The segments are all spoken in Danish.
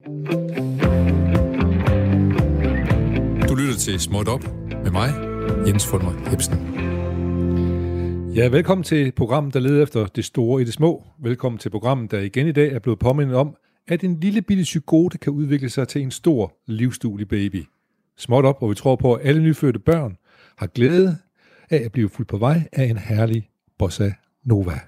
Du lytter til Småt Op med mig, Jens Fulmer Jebsen. Ja, velkommen til programmet, der leder efter det store i det små. Velkommen til programmet, der igen i dag er blevet påmindet om, at en lille bitte psykote kan udvikle sig til en stor, livsduelig baby. Småt Op, hvor vi tror på, at alle nyfødte børn har glæde af at blive fuldt på vej af en herlig bossa nova.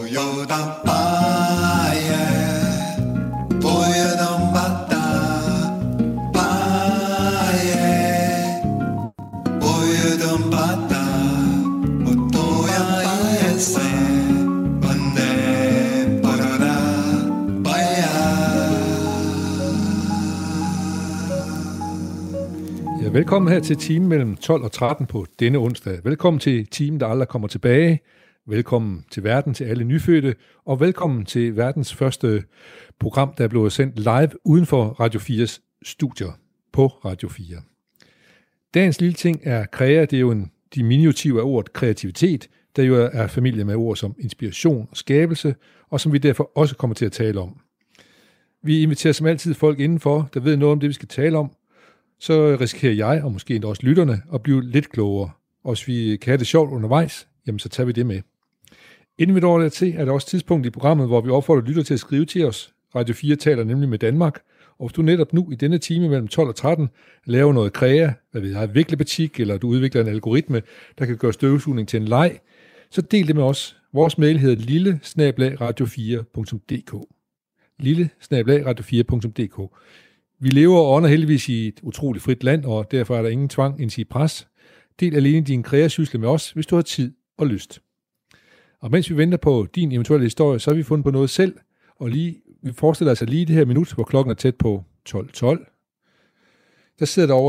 Velkommen her til timen mellem 12 og 13 på denne onsdag. Velkommen til timen, der aldrig kommer tilbage. Velkommen til verden til alle nyfødte. Og velkommen til verdens første program, der er blevet sendt live uden for Radio 4's studier på Radio 4. Dagens lille ting er krea. Det er jo en diminutiv af ordet kreativitet, der jo er familie med ord som inspiration og skabelse, og som vi derfor også kommer til at tale om. Vi inviterer som altid folk indenfor, der ved noget om det, vi skal tale om. Så risikerer jeg, og måske endda også lytterne, at blive lidt klogere. Og hvis vi kan have det sjovt undervejs, jamen så tager vi det med. Inden vi når der til, er der også tidspunkt i programmet, hvor vi opfordrer lytter til at skrive til os. Radio 4 taler nemlig med Danmark. Og hvis du netop nu i denne time mellem 12 og 13 laver noget krea, hvad ved jeg, viklebutik, eller du udvikler en algoritme, der kan gøre støvsugning til en leg, så del det med os. Vores mail hedder lille@radio4.dk. lille@radio4.dk. Vi lever og ånder heldigvis i et utroligt frit land, og derfor er der ingen tvang end sige pres. Del alene din kreasysle med os, hvis du har tid og lyst. Og mens vi venter på din eventuelle historie, så har vi fundet på noget selv, og vi forestiller os lige det her minut, hvor klokken er tæt på 12:12. Der sidder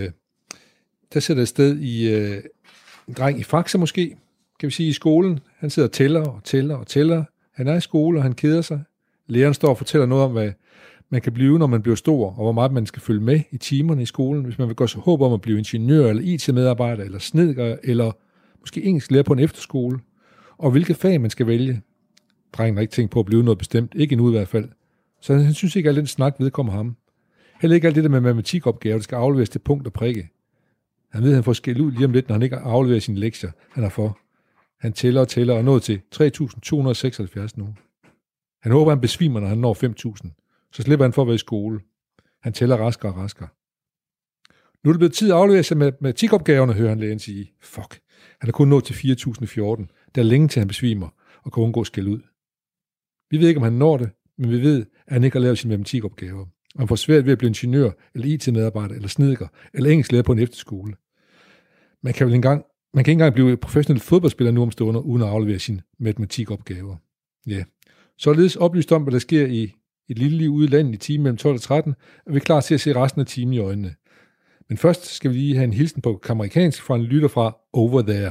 et sted en dreng i Faxe måske, kan vi sige i skolen. Han sidder og tæller. Han er i skole, og han keder sig. Læreren står og fortæller noget om, hvad man kan blive, når man bliver stor, og hvor meget man skal følge med i timerne i skolen, hvis man vil gå så håb om at blive ingeniør, eller IT-medarbejder, eller snedker, eller måske engelsklærer på en efterskole, og hvilke fag man skal vælge. Drengen har ikke tænkt på at blive noget bestemt, ikke endnu i hvert fald. Så han synes ikke, at den snak vedkommer ham. Heller ikke alt det der med matematikopgaver, der skal afleveres til punkt og prikke. Han ved, at han får skæld ud lige om lidt, når han ikke afleverer sine lektier, han er for. Han tæller og nået til 3.276 nu. Han håber, han besvimer, når han når 5.000. Så slipper han for at være i skole. Han tæller raskere og raskere. Nu er det blevet tid at aflevere sig med matematikopgaverne, hører han lægen sige. Fuck, han er kun nået til 4.014. Der er længe til han besvimer og kan undgå skæld ud. Vi ved ikke, om han når det, men vi ved, at han ikke har lavet sine matematikopgaver. Og han får svært ved at blive ingeniør, eller IT-medarbejder, eller snedker, eller engelsklærer på en efterskole. Man kan ikke engang blive professionel fodboldspiller nu omstående, uden at aflevere sine matematikopgaver. Ja. Således oplyst om, hvad der sker i et lille liv ude i landet i timen mellem 12 og 13, er vi klar til at se resten af timen i øjnene. Men først skal vi lige have en hilsen på amerikansk fra en lytter fra Over There.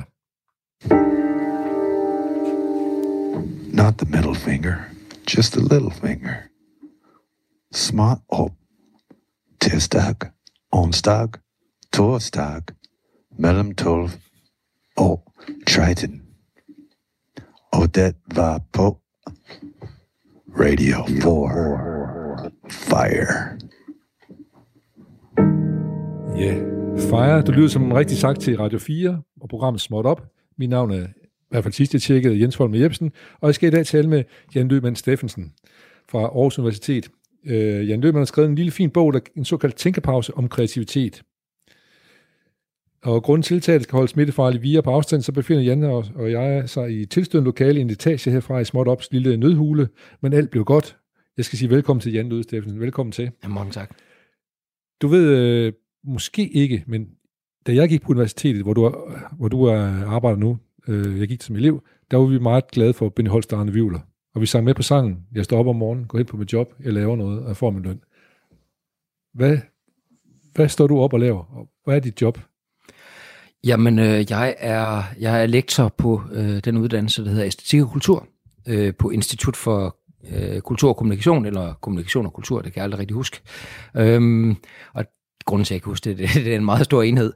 Not the middle finger, just the little finger. Småt op. Tirsdag, onsdag, torsdag, mellem 12 og 13. Og det var på Radio 4 Fire. Ja, Fire. Du lyder som en rigtig sagt til Radio 4 og programmet Småt Op. Mit navn er i hvert fald sidst jeg tjekkede Jens Fulmer Jebsen, og jeg skal i dag tale med Jan Lømann Steffensen fra Aarhus Universitet. Jan Lømann har skrevet en lille fin bog, en såkaldt tænkepause om kreativitet. Og grunden til tiltaget skal holde smittefarlig via på afstand, så befinder Jan og jeg sig i tilstødende lokale i en etage herfra i Småt Ops lille nødhule, men alt blev godt. Jeg skal sige velkommen til Jan Løde Steffensen. Velkommen til. Ja, mange tak. Du ved måske ikke, men da jeg gik på universitetet, hvor du arbejder nu, jeg gik som elev, der var vi meget glade for Benny Holst og Arne Wivler. Og vi sang med på sangen. Jeg står op om morgenen, går hen på mit job, jeg laver noget, og jeg får min løn. Hvad står du op og laver? Og hvad er dit job? Jamen, jeg er lektor på den uddannelse, der hedder Æstetik og Kultur, på Institut for Kultur og Kommunikation, eller Kommunikation og Kultur, det kan jeg aldrig rigtig huske. Og grunden til, at jeg kan huske det er en meget stor enhed.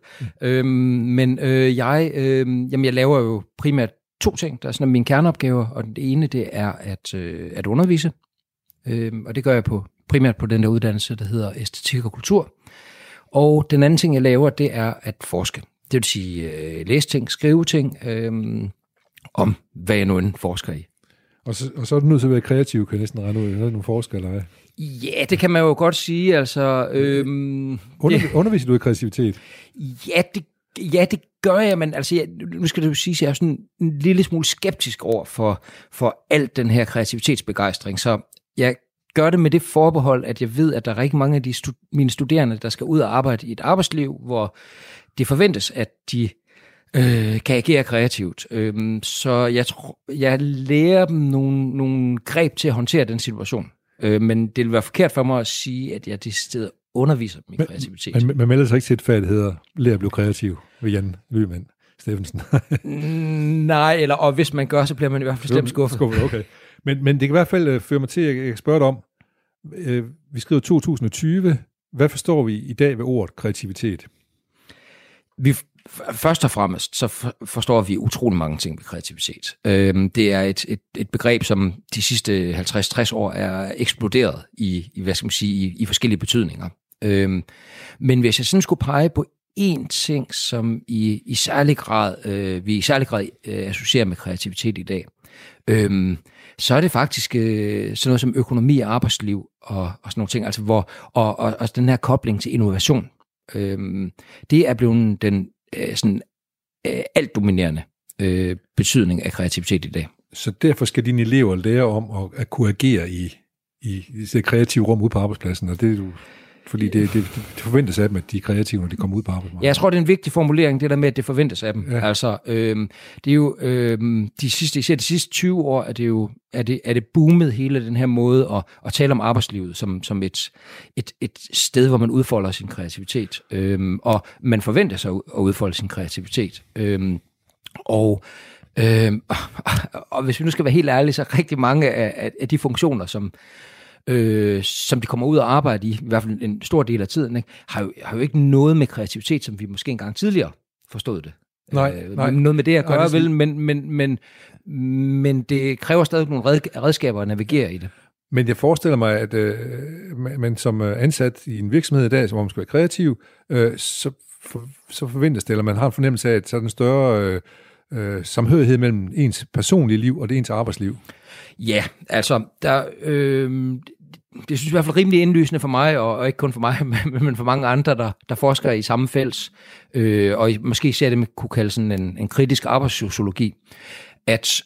Jeg laver jo primært to ting, der er sådan mine kerneopgaver, og det ene, det er at undervise, og det gør jeg på primært på den der uddannelse, der hedder æstetik og kultur. Og den anden ting, jeg laver, det er at forske. Det vil sige læse ting, skrive ting, om hvad jeg nu end forsker i. Og så er du nødt til at være kreativ, kan jeg næsten regne ud. Er det nogle forskere eller hvad? Ja, det kan man jo godt sige. Altså, Underviser du i kreativitet? Ja, det gør jeg, men altså, nu skal det jo sige, at jeg er sådan en lille smule skeptisk over for alt den her kreativitetsbegejstring. Så jeg gør det med det forbehold, at jeg ved, at der er rigtig mange af mine studerende, der skal ud og arbejde i et arbejdsliv, hvor det forventes, at de kan agere kreativt. Så jeg lærer dem nogle greb til at håndtere den situation. Men det vil være forkert for mig at sige, at jeg det sted underviser dem i kreativitet. Men man melder sig ikke til et fag, der hedder Lær at blive kreativ ved Jan Lyman Steffensen. Nej, og hvis man gør, så bliver man i hvert fald slemt skuffet. Okay. Men det kan i hvert fald føre mig til, at jeg kan spørge dig om, vi skriver 2020, hvad forstår vi i dag ved ordet kreativitet? Først og fremmest, så forstår vi utrolig mange ting ved kreativitet. Det er et begreb, som de sidste 50-60 år er eksploderet i hvad skal man sige, i forskellige betydninger. Men hvis jeg sådan skulle pege på én ting, som vi i særlig grad associerer med kreativitet i dag, så er det faktisk sådan noget som økonomi og arbejdsliv og sådan nogle ting, altså og den her kobling til innovation. Det er blevet den sådan altdominerende betydning af kreativitet i dag. Så derfor skal dine elever lære om at kunne agere i det kreative rum ude på arbejdspladsen, og det er jo, fordi det forventes af dem, at de er kreative, når de kommer ud på arbejdsmarkedet. Ja, jeg tror, det er en vigtig formulering, det der med, at det forventes af dem. Ja. Altså, det er jo de sidste 20 år, er det boomet hele den her måde at tale om arbejdslivet som et sted, hvor man udfolder sin kreativitet. Og man forventer sig at udfolde sin kreativitet. Og hvis vi nu skal være helt ærlige, så rigtig mange af de funktioner, som de kommer ud og arbejder i hvert fald en stor del af tiden, ikke, har jo ikke noget med kreativitet, som vi måske engang tidligere forstod det. Nej. Noget med det at gøre, vel, men det kræver stadig nogle redskaber at navigere i det. Men jeg forestiller mig, at man som ansat i en virksomhed i dag, hvor man skal være kreativ, så forventes det, eller man har en fornemmelse af, at så er den større samhørighed mellem ens personlige liv og det ens arbejdsliv. Ja, altså, det synes jeg i hvert fald rimelig indlysende for mig, og ikke kun for mig, men for mange andre, der forsker i samme felt, og måske ser det, man kunne kalde sådan en kritisk arbejdssociologi, at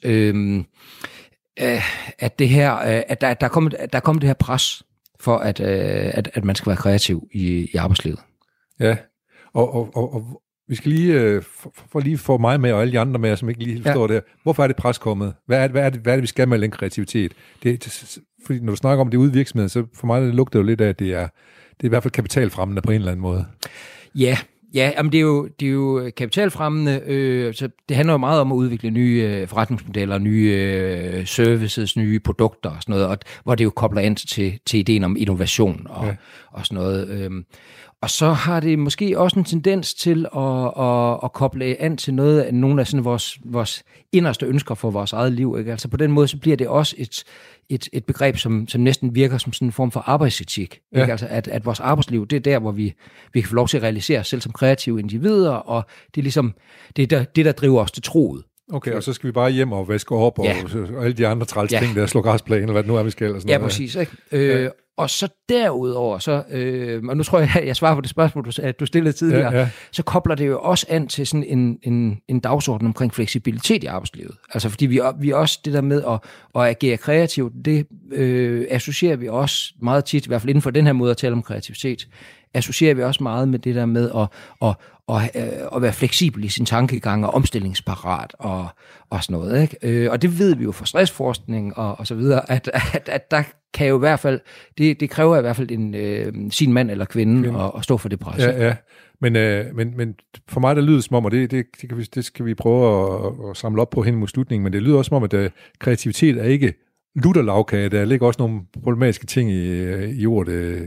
det her, at der er kommet det her pres for, at man skal være kreativ i arbejdslivet. Ja, og vi skal lige få mig med og alle de andre med, som ikke lige forstår det her. Hvorfor er det pres kommet? Hvad er det, vi skal med den kreativitet? Fordi når du snakker om det ude i virksomheden, så for mig det lugter jo lidt af, at det er i hvert fald kapitalfremmende på en eller anden måde. Ja, jamen det er jo kapitalfremmende. Så det handler jo meget om at udvikle nye forretningsmodeller, nye services, nye produkter og sådan noget, og hvor det jo kobler ind til ideen om innovation og sådan noget. Og så har det måske også en tendens til at koble an til nogle af sådan vores inderste ønsker for vores eget liv. Ikke? Altså på den måde, så bliver det også et begreb, som næsten virker som sådan en form for arbejdsetik. Ja. Ikke? Altså at vores arbejdsliv, det er der, hvor vi kan få lov til at realisere os selv som kreative individer, og det er ligesom det, der driver os til troet. Okay, og så skal vi bare hjem og vaske op, og alle de andre træls ting, der slår græsplæne, eller hvad det nu er, vi skal. Eller sådan noget. Præcis. Ikke? Og så derudover, og nu tror jeg svarer på det spørgsmål, du stillede tidligere, så kobler det jo også an til sådan en dagsorden omkring fleksibilitet i arbejdslivet. Altså fordi vi også det der med at agere kreativt, det associerer vi også meget tit, i hvert fald inden for den her måde at tale om kreativitet, associerer vi også meget med det der med at være fleksibel i sin tankegang og omstillingsparat og sådan noget. Ikke? Og det ved vi jo fra stressforskning og så videre, at der kan jo i hvert fald, det kræver i hvert fald sin mand eller kvinde at stå for det pres. Ja. Men for mig der lyder det som om, og det skal vi prøve at samle op på hen mod slutningen, men det lyder også som om, at kreativitet er ikke lutterlavkage. Der ligger også nogle problematiske ting i ordet.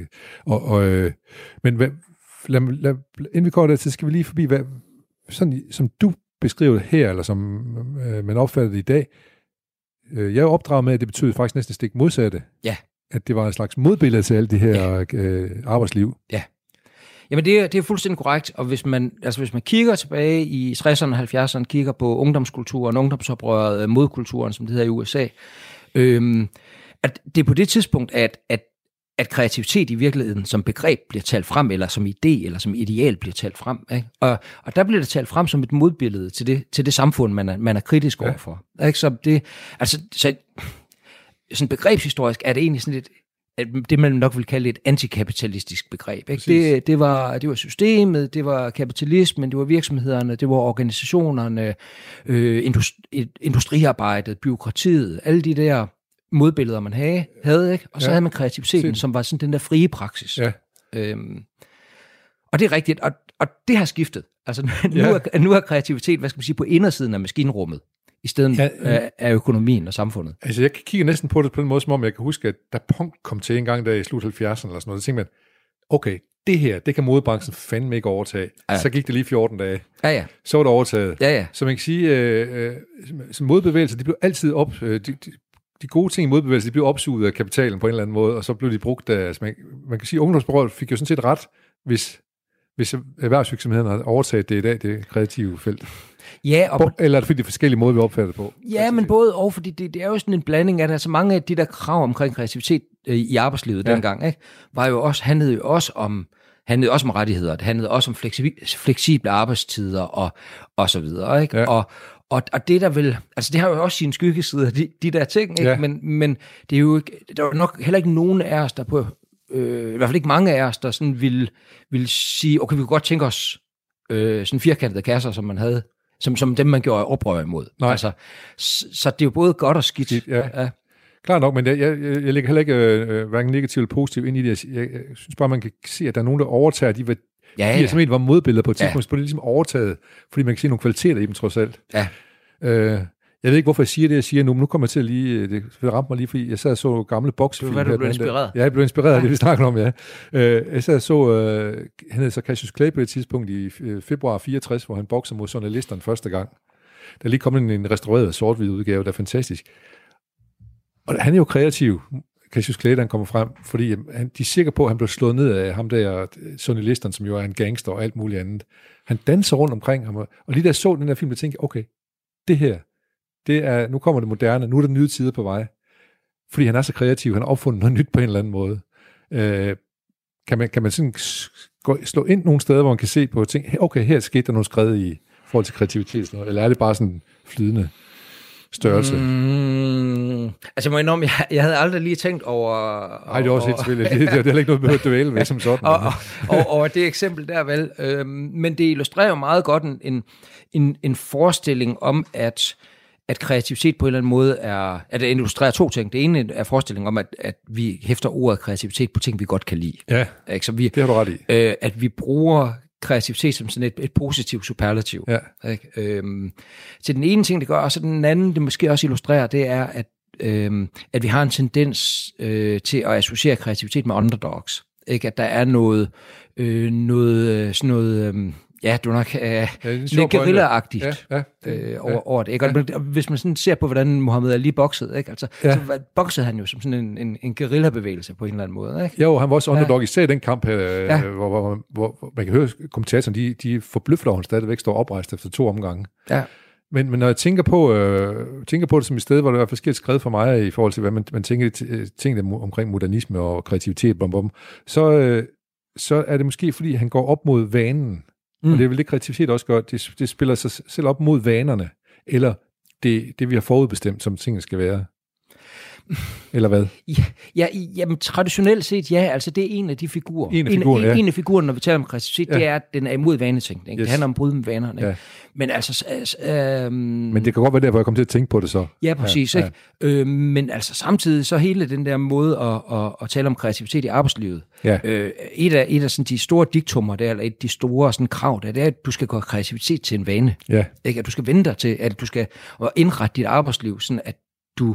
Men inden vi går dertil, skal vi lige forbi, sådan som du beskriver det her, eller som man opfatter det i dag. Jeg er opdraget med, at det betyder faktisk næsten stik modsatte. Ja. at det var en slags modbillede til alt det her arbejdsliv. Ja. Jamen det er fuldstændig korrekt, og hvis man kigger tilbage i 60'erne og 70'erne, kigger på ungdomskulturen, ungdomsoprøret, modkulturen, som det hedder i USA, at det er på det tidspunkt, at kreativitet i virkeligheden som begreb bliver talt frem, eller som idé, eller som ideal bliver talt frem. Ikke? Og der bliver det talt frem som et modbillede til det samfund, man er kritisk overfor. Ikke? Så det, altså, sådan begrebshistorisk er det egentlig sådan lidt, det man nok vil kalde et antikapitalistisk begreb. Ikke? Det var systemet, det var kapitalismen, det var virksomhederne, det var organisationerne, industriarbejdet, byråkratiet, alle de der modbilleder, man havde, ikke? Og så havde man kreativiteten, som var sådan den der frie praksis. Ja. Og det er rigtigt, og det har skiftet. Altså nu er kreativitet, hvad skal man sige, på indersiden af maskinrummet, i stedet af økonomien og samfundet. Altså jeg kigger næsten på det på den måde, som om jeg kan huske, at da punk kom til en gang der i slut 70'erne eller sådan noget, så tænkte man, okay, det her, det kan modebranchen fandme ikke overtage. Ja. Så gik det lige 14 dage. Ja. Så var det overtaget. Ja. Så man kan sige, som modbevægelser, de blev altid de gode ting i modbevægelser, de blev opsuget af kapitalen på en eller anden måde, og så blev de brugt af, altså man kan sige, at ungdomsberådet fik jo sådan set ret, hvis erhvervsvirksomhederne har overtaget det i dag, det kreative felt. Ja, eller er det fordi de forskellige måder, vi opfatter det på? Ja, men både og, fordi det er jo sådan en blanding af det. Altså mange af de der krav omkring kreativitet i arbejdslivet dengang, ikke, var jo også, handlede også om rettigheder, det handlede også om fleksible arbejdstider og så videre, ikke? Ja. Og det der vil, altså det har jo også sine skyggesider, de der ting, ikke? Ja. Men det er jo ikke, der er nok heller ikke nogen af os, der på, i hvert fald ikke mange af os, der sådan vil sige, okay, vi kunne godt tænke os sådan firkantede kasser, som man havde, som dem, man gjorde oprør imod. Altså, så det er jo både godt og skidt. Ja. Klart nok, men jeg lægger heller ikke hverken negativt eller positivt ind i det. Jeg synes bare, man kan se, at der er nogen, der overtager de værdier, som egentlig var modbilleder på et tidspunkt, så det ligesom overtaget, fordi man kan se nogle kvaliteter i dem trods alt. Ja. Jeg ved ikke, hvorfor jeg siger det, jeg siger nu, men nu kommer jeg til at lige, det ramte mig lige, fordi jeg sad og så gamle boksefilm. Du blev inspireret? Ja, jeg blev inspireret af det, vi snakker om, ja. Jeg sad og så, han hed så Cassius Clay på et tidspunkt i februar 64, hvor han bokser mod journalisterne første gang. Der er lige kommet en restaureret sort-hvid udgave, der er fantastisk. Og han er jo kreativ, Cassius Clay, han kommer frem, fordi de er sikre på, at han blev slået ned af ham der, journalisterne, som jo er en gangster og alt muligt andet. Han danser rundt omkring ham, og lige da jeg så den der film, jeg tænkte, okay, det her, nu kommer det moderne, nu er der nye tider på vej. Fordi han er så kreativ, han har opfundet noget nyt på en eller anden måde. Kan man sådan slå ind nogle steder, hvor man kan se på ting, okay, her skete der noget skred i forhold til kreativitet, eller er det bare sådan flydende størrelse? Altså jeg må indrømme, jeg havde aldrig lige tænkt over... Nej, det er også helt selvfølgelig. Det er heller ikke noget, vi behøver dvæle ved som sådan. og det eksempel der vel. Men det illustrerer jo meget godt en forestilling om, at kreativitet på en eller anden måde er... At det illustrerer to ting. Det ene er forestillingen om, at vi hæfter ordet kreativitet på ting, vi godt kan lide. Ja, så det har du ret i. At vi bruger kreativitet som sådan et positivt superlativ. Ja. Så den ene ting, det gør, og så den anden, det måske også illustrerer, det er, at vi har en tendens til at associere kreativitet med underdogs. Ikke? At der er noget sådan noget... Ja, du er nok lidt guerilla-agtigt over det. Ikke? Og hvis man sådan ser på, hvordan Muhammad Ali boksede, ikke? Altså, så boksede han jo som sådan en guerilla-bevægelse på en eller anden måde. Ikke? Jo, han var også underdog, især i den kamp, hvor man kan høre kommentatoren, de forbløffer, han stadigvæk står oprejst efter 2 omgange. Ja. Men når jeg tænker på det som et sted, hvor det er forskelligt skrevet for mig, i forhold til, hvad man tænker omkring modernisme og kreativitet, så er det måske, fordi han går op mod vanen. Og det er vel det, kreativitet også gør. Det spiller sig selv op mod vanerne, eller det vi har forudbestemt, som tingene skal være. Eller hvad? Jamen, traditionelt set, ja. Altså, det er en af de figurer. En af figurerne, når vi taler om kreativitet, det er, at den er imod vanetænkning. Yes. Det handler om brud med vanerne. Ja. Men altså... men det kan godt være der, hvor jeg kommer til at tænke på det så. Ja, præcis. Ja. Ikke? Men altså samtidig, så hele den der måde at tale om kreativitet i arbejdslivet. Ja. Et af sådan de store diktummer, der, eller et af de store sådan krav, det er, at du skal gøre kreativitet til en vane. Ja. Ikke? At du skal vende dig til, at du skal indrette dit arbejdsliv, sådan at du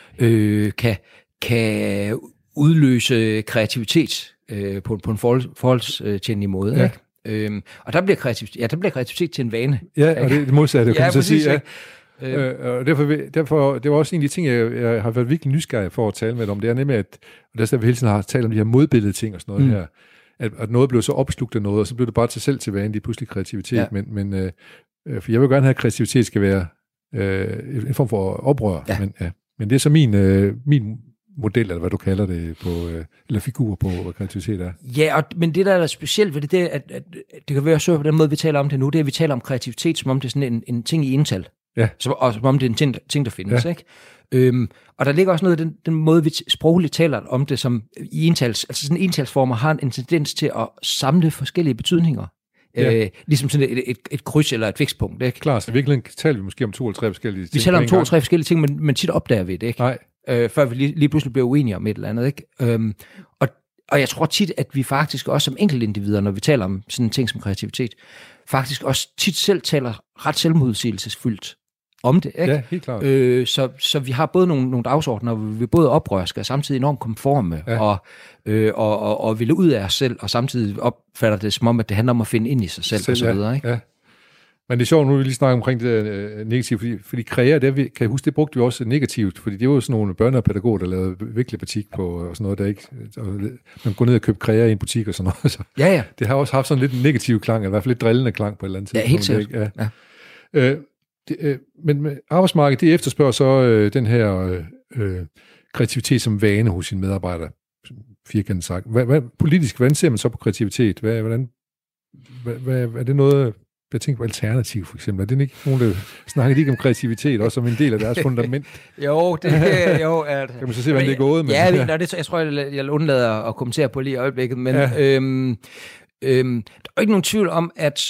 kan udløse kreativitet på en forholdstjenlig måde. Ja. Ikke? Og der bliver kreativitet til en vane. Ja, og det er det modsatte, kan man så sige. Ja. Og derfor, det var også en af de ting, jeg har været virkelig nysgerrig for at tale med dig om. Det er nemlig, at og der vi hele tiden har talt om de her modbillede ting og sådan noget her. At noget blev så opslugt af noget, og så blev det bare til vane, det pludselig kreativitet. Ja. Men for jeg vil gerne have, at kreativitet skal være en form for oprør. Ja. Men det er så min model, eller hvad du kalder det, eller figur på, hvad kreativitet er. Ja, men det, der er specielt ved det, er, at det kan være så på den måde, vi taler om det nu, det er, at vi taler om kreativitet, som om det er sådan en ting i ental. Ja. Og som om det er en ting, der findes, ikke? Og der ligger også noget af den måde, vi sprogligt taler om det, som i entals, altså sådan entalsformer har en tendens til at samle forskellige betydninger. Ja. Ligesom sådan et kryds eller et fikspunkt, ikke? Klar, så i virkeligheden taler vi måske om 2 eller 3 forskellige ting. Vi taler om 2 eller 3 forskellige ting, men tit opdager vi det, ikke? Nej. Før vi lige pludselig bliver uenige om et eller andet, ikke? Og jeg tror tit, at vi faktisk også som enkeltindivider, når vi taler om sådan en ting som kreativitet, faktisk også tit selv taler ret selvmodsigelsesfuldt om det, ikke? Ja, helt klart. Så vi har både nogle dagsordner, hvor vi både oprørske og samtidig enormt konforme, og ville ud af os selv, og samtidig opfatter det som om, at det handler om at finde ind i sig selv og så videre, ikke? Ja. Men det er sjovt, nu vi lige snakker omkring det negative, fordi kræer, det kan jeg huske, det brugte vi også negativt, fordi det var jo sådan nogle børnepædagoger, der lavede virkelig butik på og sådan noget, der ikke, man går ned og køber kræer i en butik og sådan noget. Så ja. Det har også haft sådan lidt en negativ klang, eller i hvert fald lidt drillende klang på et eller andet tidspunkt. Ja, helt sikkert. Ja. Men arbejdsmarkedet, det efterspørger så den her kreativitet som vane hos sine medarbejdere, firkantet sagt. Politisk, hvordan ser man så på kreativitet? Er det noget... Jeg tænker på Alternativ, for eksempel. Er det ikke nogen, der snakker ikke om kreativitet, også som en del af deres fundament? Jo. Kan man så se, hvordan det er gået? Ja, jeg tror, jeg undlader at kommentere på lige i øjeblikket, men der er ikke nogen tvivl om,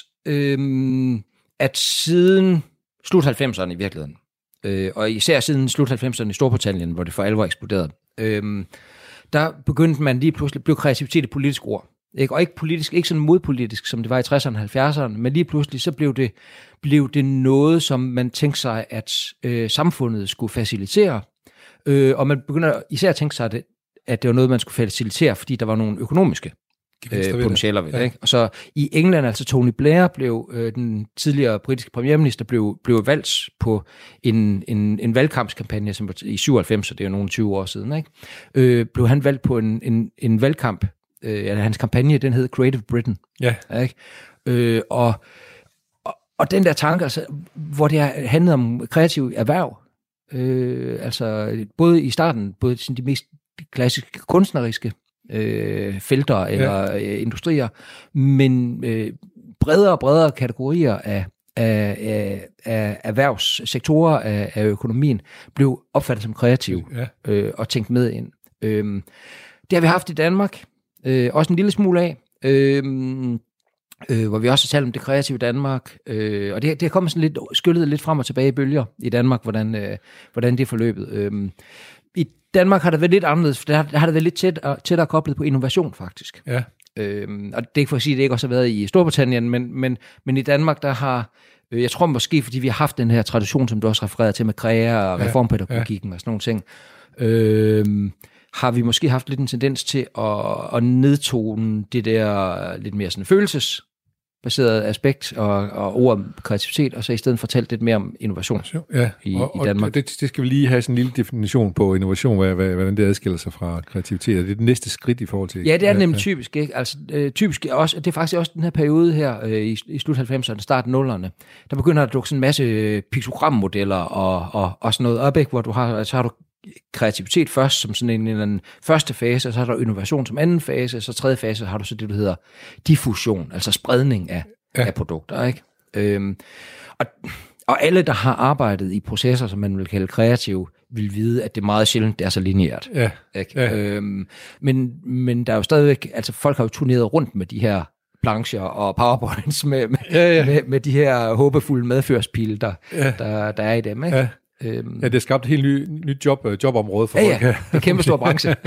at siden slut 90'erne i virkeligheden, og især siden slut 90'erne i Storbritannien, hvor det for alvor eksploderede, der begyndte man lige pludselig at blive kreativitet et politisk ord. Ikke? Og ikke politisk, ikke sådan modpolitisk, som det var i 60'erne og 70'erne, men lige pludselig så blev det noget, som man tænkte sig, at samfundet skulle facilitere. Og man begynder især at tænke sig, at det var noget, man skulle facilitere, fordi der var nogle økonomiske potentialer ved det. Ikke? Og så i England, altså Tony Blair, blev den tidligere britiske premierminister, blev valgt på en valgkampskampagne, som var i 97, så det er jo nogle 20 år siden. Ikke? Blev han valgt på en valgkamp. Hans kampagne, den hed Creative Britain. Ja. Ikke? Og den der tanke, altså, hvor det handlede om kreativ erhverv, altså både i starten, både de mest klassiske kunstneriske felter eller industrier, men bredere og bredere kategorier af erhvervssektorer af økonomien blev opfattet som kreative og tænkt med ind. Det har vi haft i Danmark, også en lille smule af, hvor vi også har talt om det kreative Danmark, og det er kommet sådan lidt skyllet lidt frem og tilbage i bølger i Danmark, hvordan det er forløbet. I Danmark har det været lidt anderledes, for der har det været lidt tættere koblet på innovation faktisk. Ja. Og det er ikke for at sige, at det ikke også har været i Storbritannien, men i Danmark, der har, jeg tror måske, fordi vi har haft den her tradition, som du også refererede til med KREA og reformpædagogikken og sådan nogle ting, har vi måske haft lidt en tendens til at nedtone det der lidt mere sådan følelsesbaseret aspekt og ord om kreativitet, og så i stedet fortalt lidt mere om innovation i Danmark. Og det skal vi lige have sådan en lille definition på innovation, hvordan det adskiller sig fra kreativitet. Er det det næste skridt i forhold til? Ja, det er nemlig typisk. Ikke? Altså, typisk også, det er faktisk også den her periode her i slut 90'erne, start 0'erne, der begynder at dukke sådan en masse piktogrammodeller og sådan noget op, ikke? Hvor så har du kreativitet først som sådan en første fase, og så har du innovation som anden fase, og så tredje fase har du så det, der hedder diffusion, altså spredning af produkter. Ikke? Og alle, der har arbejdet i processer, som man vil kalde kreative, vil vide, at det er meget sjældent, det er så lineært. Ja. Ikke? Ja. Men der er jo stadigvæk, altså folk har jo turneret rundt med de her plancher og powerpoints med de her håbefulde medførspil, der er i dem. Ikke? Ja. Det har skabt et helt nyt jobområde for folk. Ja, det er en kæmpe stor branche.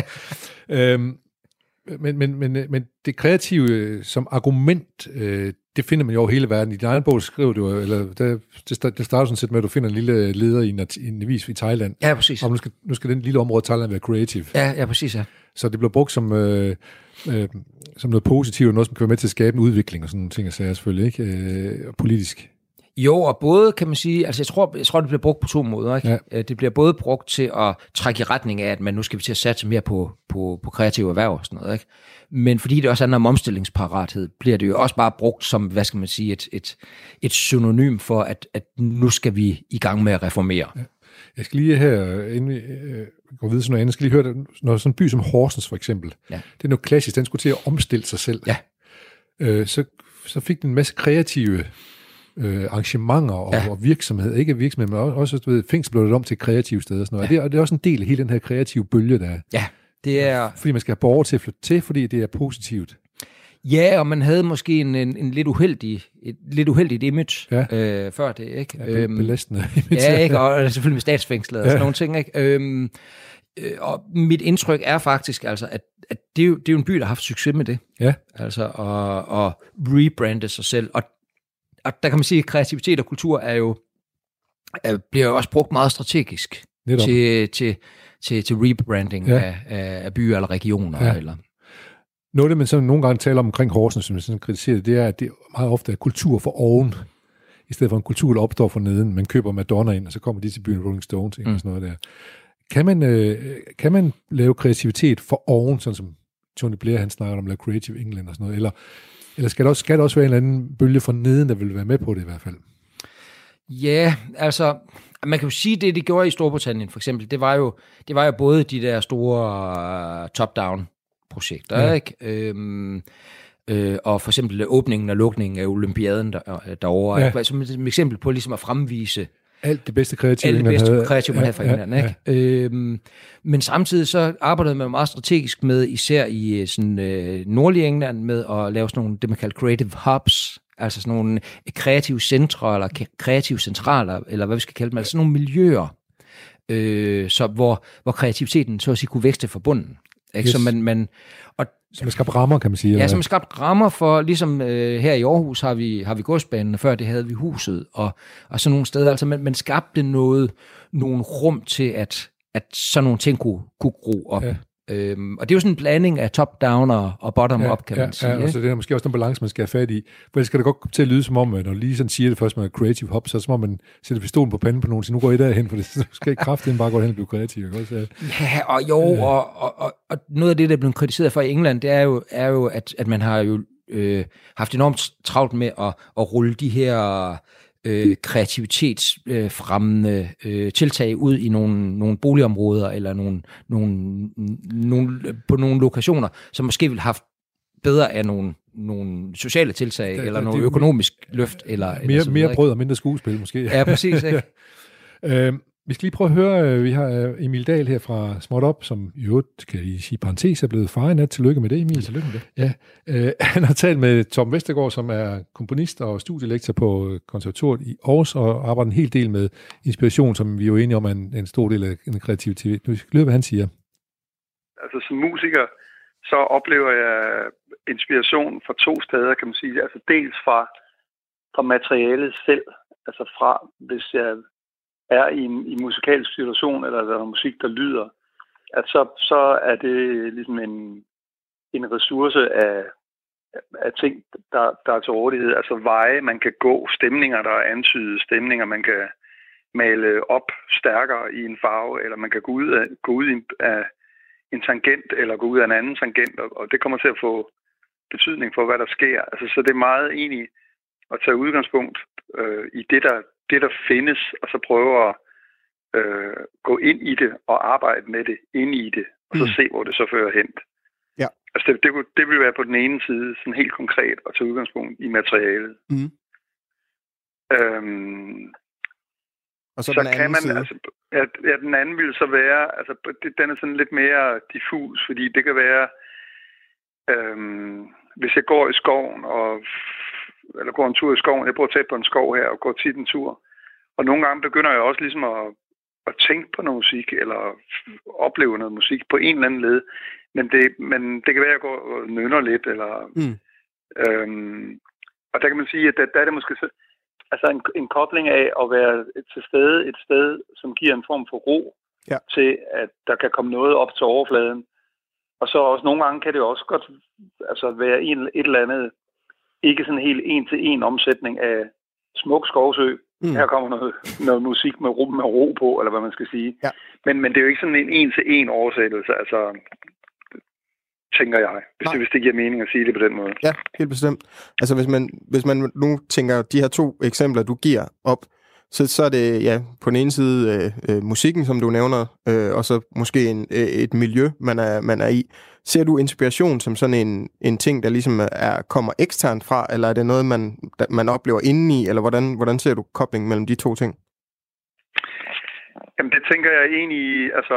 Men det kreative som argument, det finder man jo over hele verden. I din egen bog skriver du, eller det starter sådan set med, at du finder en lille leder i en avis i Thailand. Ja, præcis. Og nu skal den lille område Thailand være creative. Ja, præcis, ja. Så det bliver brugt som noget positivt, noget som kan være med til at skabe en udvikling og sådan nogle ting, og sager selvfølgelig, ikke? Og politisk. Jo, og både kan man sige, altså jeg tror det bliver brugt på to måder. Ikke? Ja. Det bliver både brugt til at trække i retning af, at man nu skal vi til at satse mere på kreative erhverv og sådan noget. Ikke? Men fordi det også handler om omstillingsparathed, bliver det jo også bare brugt som, hvad skal man sige, et synonym for, at nu skal vi i gang med at reformere. Ja. Jeg skal lige her, inden vi går videre til noget andet, skal lige høre, når sådan en by som Horsens for eksempel, det er noget klassisk, den skulle til at omstille sig selv. Ja. Så fik den en masse kreative arrangementer og virksomhed, ikke virksomhed, men også fængsel blev det om til kreative steder og sådan noget. Og det er også en del af hele den her kreative bølge, der det er... Fordi man skal have borgere til at flytte til, fordi det er positivt. Ja, og man havde måske et lidt uheldigt image før det, ikke? Ja, belastende image. Ja, ikke? Og selvfølgelig med statsfængslet og sådan nogle ting, ikke? Og mit indtryk er faktisk, altså, at det er jo en by, der har haft succes med det. Ja. Altså, at rebrande sig selv. Og der kan man sige, at kreativitet og kultur bliver jo også brugt meget strategisk til rebranding af byer eller regioner. Ja. Eller... Noget af det, man sådan nogle gange taler omkring Horsens, som jeg sådan kritiserer det, er, at det meget ofte er kultur for oven, i stedet for en kultur, der opstår for neden. Man køber Madonna ind, og så kommer de til byen Rolling Stones, og sådan noget der. Kan man lave kreativitet for oven, sådan som Tony Blair, han snakker om, lave Creative England og sådan noget, eller skal der også være en eller anden bølge for neden, der vil være med på det i hvert fald? Ja, altså, man kan jo sige, det de gjorde i Storbritannien for eksempel, det var jo både de der store top-down projekter, ikke? Og for eksempel åbningen og lukningen af olympiaden derovre, som et eksempel på ligesom at fremvise alt det bedste kreative, man havde fra England. Ikke? Men samtidig så arbejdede man meget strategisk med, især i sådan nordlige England, med at lave sådan nogle, det man kalder creative hubs, altså sådan nogle kreative centre, eller kreative centraler, eller hvad vi skal kalde dem, altså sådan nogle miljøer, så hvor kreativiteten så at sige kunne vækste fra bunden. Ikke? Yes. Som er skabt rammer, kan man sige. Ja, som er skabt rammer for, ligesom her i Aarhus har vi godsbanen, og før det havde vi huset, og sådan nogle steder. Altså man skabte nogle rum til, at sådan nogle ting kunne gro op. Ja. Og det er jo sådan en blanding af top-down og bottom-up, kan man sige. Ja, altså det er måske også den balance, man skal have fat i. For det skal da godt komme til at lyde som om, når du lige sådan siger det først med Creative Hub, så må man sætte pistolen på panden på nogen, så nu går I derhen, for det skal ikke kraftigt bare gå hen og blive kreativ. Ja, og noget af det, der er blevet kritiseret for i England, det er jo at man har jo haft enormt travlt med at rulle de her kreativitetsfremmende tiltag ud i nogle boligområder eller på nogle lokationer, som måske ville have haft bedre af nogle sociale tiltag eller noget økonomisk løft eller mere brød og mindre skuespil måske. Ja, præcis, ikke? Vi skal lige prøve at høre, vi har Emil Dahl her fra Småt Op, som i øvrigt, kan I sige parentes, er blevet far i nat. Tillykke med det, Emil. Tillykke med det. Ja, han har talt med Tom Vestergaard, som er komponist og studielektor på konservatoriet i Aarhus, og arbejder en hel del med inspiration, som vi er jo enige om er en stor del af en kreativitet. Nu skal vi høre, hvad han siger. Altså som musiker, så oplever jeg inspiration fra to steder, kan man sige. Altså dels fra materialet selv, altså fra, hvis jeg er i en musikalsk situation, eller der er musik, der lyder, at så er det ligesom en ressource af ting, der er til rådighed. Altså veje, man kan gå, stemninger, der er antydet, stemninger, man kan male op stærkere i en farve, eller man kan gå ud af en tangent, eller gå ud af en anden tangent, og det kommer til at få betydning for, hvad der sker. Altså, så det er meget egentlig at tage udgangspunkt i det, der findes, og så prøve at gå ind i det og arbejde med det, ind i det, og så se, hvor det så fører hen. Ja. Altså det vil være på den ene side sådan helt konkret at tage udgangspunkt i materialet. Mm. Og så den anden side? Altså, den anden vil så være, altså den er sådan lidt mere diffus, fordi det kan være, hvis jeg går i skoven, eller går en tur i skoven, jeg bor tæt på en skov her, og går tit en tur, og nogle gange begynder jeg også ligesom at tænke på noget musik, eller opleve noget musik på en eller anden led, men det kan være, at jeg går og nynner lidt, eller og der kan man sige, at der er det måske så, altså en kobling af at være til stede et sted, som giver en form for ro til, at der kan komme noget op til overfladen. Og så også nogle gange kan det også godt altså være et eller andet, ikke sådan helt en-til-en omsætning smuk skovsø. Her kommer noget musik med ro på, eller hvad man skal sige. Ja. Men det er jo ikke sådan en en-til-en oversættelse, altså, tænker jeg, hvis det giver mening at sige det på den måde. Ja, helt bestemt. Altså, hvis man nu tænker de her 2 eksempler, du giver op, så er det på den ene side musikken, som du nævner, og så måske et miljø, man er i. Ser du inspiration som sådan en ting, der ligesom kommer eksternt fra, eller er det noget, man oplever indeni, eller hvordan ser du koblingen mellem de 2 ting? Jamen, det tænker jeg egentlig, altså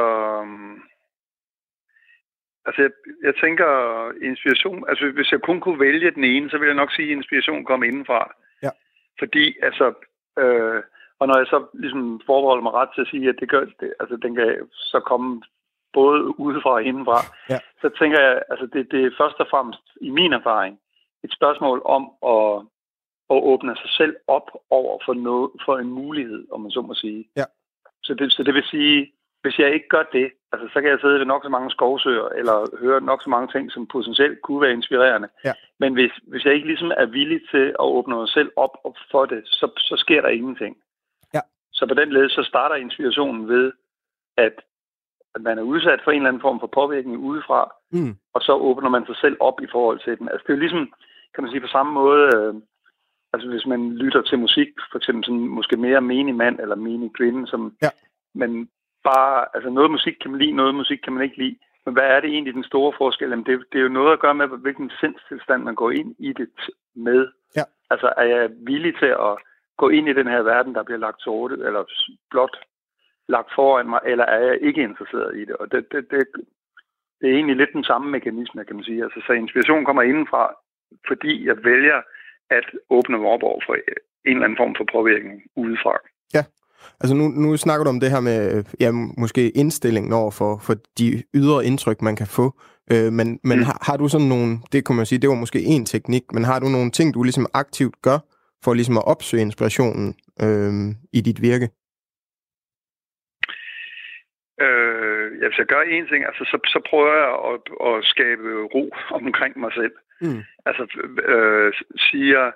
jeg tænker inspiration, altså hvis jeg kun kunne vælge den ene, så vil jeg nok sige, at inspiration kommer indenfra. Ja. Fordi, altså, og når jeg så ligesom forbeholder mig ret til at sige, at det gør det, altså den kan så komme både udefra og indenfra, så tænker jeg, altså det er først og fremmest i min erfaring et spørgsmål om at åbne sig selv op over for en mulighed, om man så må sige. Ja. Så det vil sige, hvis jeg ikke gør det, altså så kan jeg sidde ved nok så mange skovsøer, eller høre nok så mange ting, som potentielt kunne være inspirerende. Ja. Men hvis jeg ikke ligesom er villig til at åbne mig selv op for det, så sker der ingenting. Ja. Så på den led, så starter inspirationen ved, at man er udsat for en eller anden form for påvirkning udefra, og så åbner man sig selv op i forhold til den. Altså det er jo ligesom, kan man sige på samme måde, altså hvis man lytter til musik, for eksempel sådan måske mere menig mand eller menig kvinde, som men bare, altså noget musik kan man lide, noget musik kan man ikke lide. Men hvad er det egentlig den store forskel? Jamen det er jo noget at gøre med, hvilken sindstilstand man går ind i det med. Ja. Altså er jeg villig til at gå ind i den her verden, der bliver lagt sort eller blot lagt foran mig, eller er jeg ikke interesseret i det? Og det er egentlig lidt den samme mekanisme, kan man sige. Altså, så inspiration kommer indenfra, fordi jeg vælger at åbne mig op over for en eller anden form for påvirkning udefra. Ja, altså nu snakker du om det her med måske indstillingen over for de ydre indtryk, man kan få. Men har du sådan nogle, det kan man sige, det var måske en teknik, men har du nogle ting, du ligesom aktivt gør for ligesom at opsøge inspirationen i dit virke? Hvis jeg gør en ting, altså så prøver jeg at skabe ro omkring mig selv. Altså siger,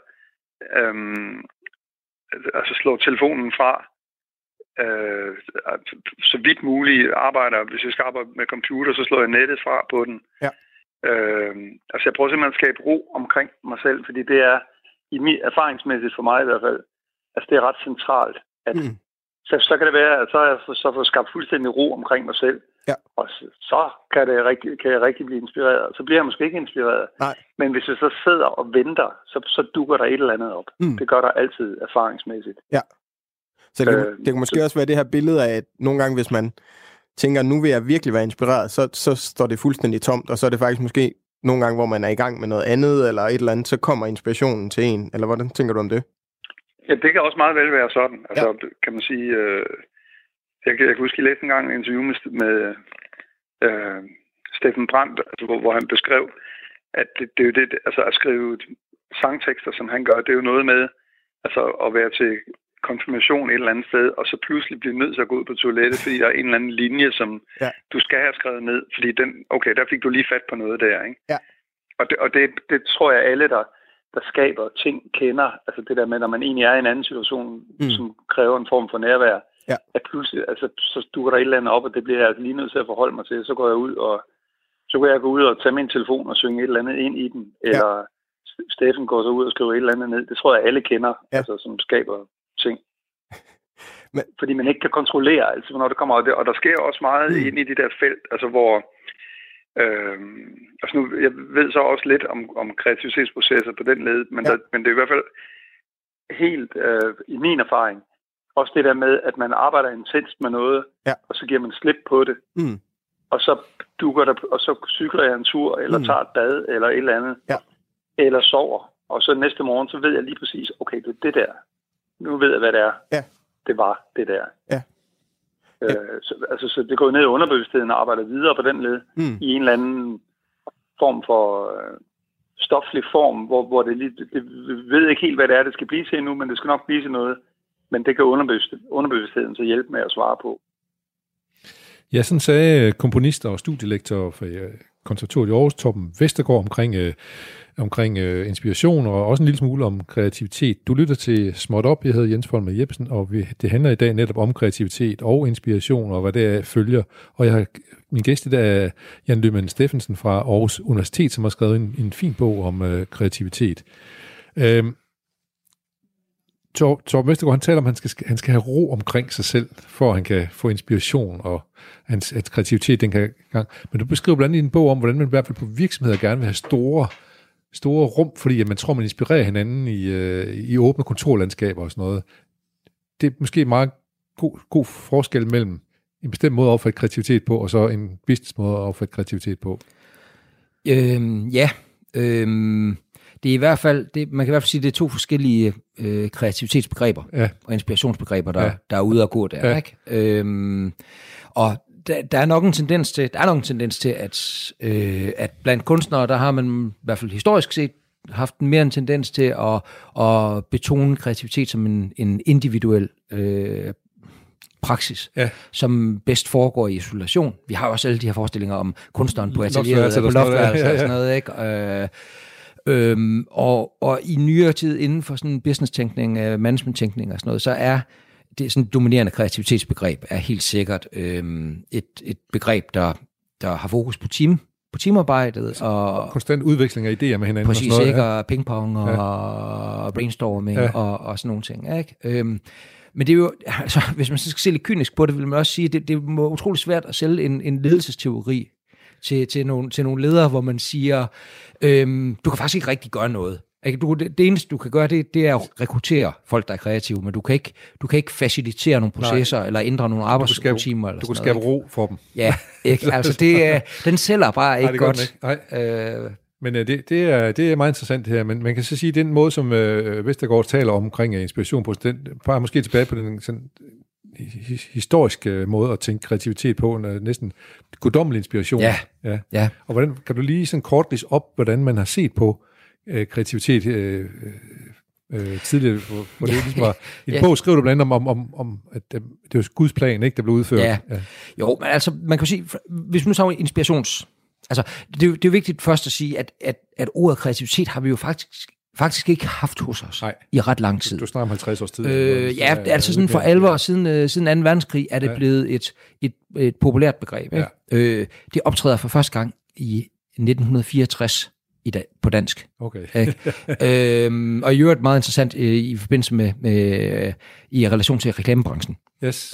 altså slå telefonen fra, så vidt muligt arbejder. Hvis jeg skal arbejde med computer, så slår jeg nettet fra på den. Ja. Altså jeg prøver simpelthen at skabe ro omkring mig selv, fordi det er erfaringsmæssigt for mig i hvert fald, altså det er ret centralt, at så kan det være, at så har jeg så fået skabt fuldstændig ro omkring mig selv. Ja. Og så kan jeg rigtig blive inspireret. Så bliver jeg måske ikke inspireret. Nej. Men hvis jeg så sidder og venter, så dukker der et eller andet op. Det gør der altid erfaringsmæssigt. Ja. Så det kan måske også være det her billede af, at nogle gange, hvis man tænker, nu vil jeg virkelig være inspireret, så står det fuldstændig tomt, og så er det faktisk måske nogle gange, hvor man er i gang med noget andet, eller et eller andet, så kommer inspirationen til en. Eller hvordan tænker du om det? Ja, det kan også meget vel være sådan. Altså, kan man sige... Jeg kan huske, jeg læste engang en interview med Steffen Brandt, altså, hvor han beskrev, at det er jo det, altså at skrive sangtekster, som han gør, det er jo noget med altså at være til konfirmation et eller andet sted, og så pludselig blive nødt til at gå ud på toilettet, fordi der er en eller anden linje, som du skal have skrevet ned, fordi der fik du lige fat på noget der, ikke? Ja. Og det tror jeg alle, der skaber ting, kender, altså det der med, når man egentlig er i en anden situation, som kræver en form for nærvær, at pludselig, altså, så dukker der et eller andet op, og det bliver jeg altså lige nødt til at forholde mig til. Så går jeg ud og tage min telefon og synge et eller andet ind i den, eller Steffen går så ud og skriver et eller andet ned. Det tror jeg, alle kender, altså, som skaber ting. Men... Fordi man ikke kan kontrollere, altså, når det kommer af det. Og der sker også meget ind i det der felt, altså hvor... altså nu, jeg ved så også lidt om kreativitetsprocesser på den led, men det er i hvert fald helt i min erfaring, også det der med, at man arbejder intenst med noget, og så giver man slip på det. Og så dukker der, og så cykler jeg en tur, eller tager et bad, eller et eller andet. Eller sover. Og så næste morgen, så ved jeg lige præcis, okay, det er det der. Nu ved jeg, hvad det er. Ja. Det var det der. Ja. Så det går ned i underbevidstheden og arbejder videre på den led, i en eller anden form for stoflig form, hvor det ved ikke helt, hvad det er, det skal blive til endnu, men det skal nok blive til noget. Men det kan underbevidstheden så hjælpe med at svare på. Ja, sådan sagde komponister og studielektorer konservatoriet i Aarhus, Torben Vestergaard, omkring inspiration og også en lille smule om kreativitet. Du lytter til Småt Op. Jeg hedder Jens Folmer Jeppesen, og det handler i dag netop om kreativitet og inspiration og hvad det følger. Og jeg har min gæst i dag er Jan Lyman Steffensen fra Aarhus Universitet, som har skrevet en fin bog om kreativitet. Torben Vestergaard, han taler om, at han skal have ro omkring sig selv, for at han kan få inspiration, og at kreativitet den kan gang. Men du beskriver blandt andet i en bog om, hvordan man i hvert fald på virksomheder gerne vil have store rum, fordi at man tror, man inspirerer hinanden i åbne kontorlandskaber og sådan noget. Det er måske en meget god forskel mellem en bestemt måde at opfatte kreativitet på, og så en business måde at opfatte kreativitet på. Det er i hvert fald, man kan i hvert fald sige, at det er to forskellige kreativitetsbegreber og inspirationsbegreber, der er ude at gå der. Ja. Ikke? Og der er nok en tendens til, at blandt kunstnere, der har man i hvert fald historisk set haft mere en tendens til at betone kreativitet som en individuel praksis, som bedst foregår i isolation. Vi har også alle de her forestillinger om kunstneren på atelieret, på loftværelser og sådan noget, ikke? Og i nyere tid inden for sådan business-tænkning, management-tænkning og sådan noget, så er det sådan et dominerende kreativitetsbegreb er helt sikkert et begreb, der har fokus på teamarbejdet og konstant udveksling af idéer med hinanden. Præcis, og pingpong og brainstorming og sådan nogle ting, ikke? Men det er jo, altså, hvis man skal se lidt kynisk på det, vil man også sige, at det er utroligt svært at sælge en ledelsesteori til nogle ledere, hvor man siger, du kan faktisk ikke rigtig gøre noget. Det eneste, du kan gøre, det er at rekruttere folk, der er kreative, men du kan ikke facilitere nogle processer eller ændre nogle arbejdstimer. Du kan skabe ro for dem. Ja, ikke? Altså den sælger bare ikke godt. Men det er meget interessant det her, men man kan så sige, at den måde, som Vestergaard taler omkring inspiration på, den bare måske tilbage på den sådan historiske måde at tænke kreativitet på, næsten guddommelig inspiration. Ja. Og hvordan kan du lige sådan kort ridse op, hvordan man har set på kreativitet tidligere, hvor det ligesom var i en bog skrev du blandt andet om at det var Guds plan, ikke, der blev udført. Ja. Jo, men altså man kan sige, hvis man så inspirations, altså det er jo vigtigt først at sige, at ordet kreativitet har vi jo faktisk ikke haft hos os i ret lang tid. Du snakker om 50 års tid. Altså sådan for alvor siden 2. verdenskrig er det blevet et populært begreb. Ikke? Det optræder for første gang i 1964 på dansk. Okay. Og i øvrigt meget interessant i forbindelse med i relation til reklamebranchen. Yes,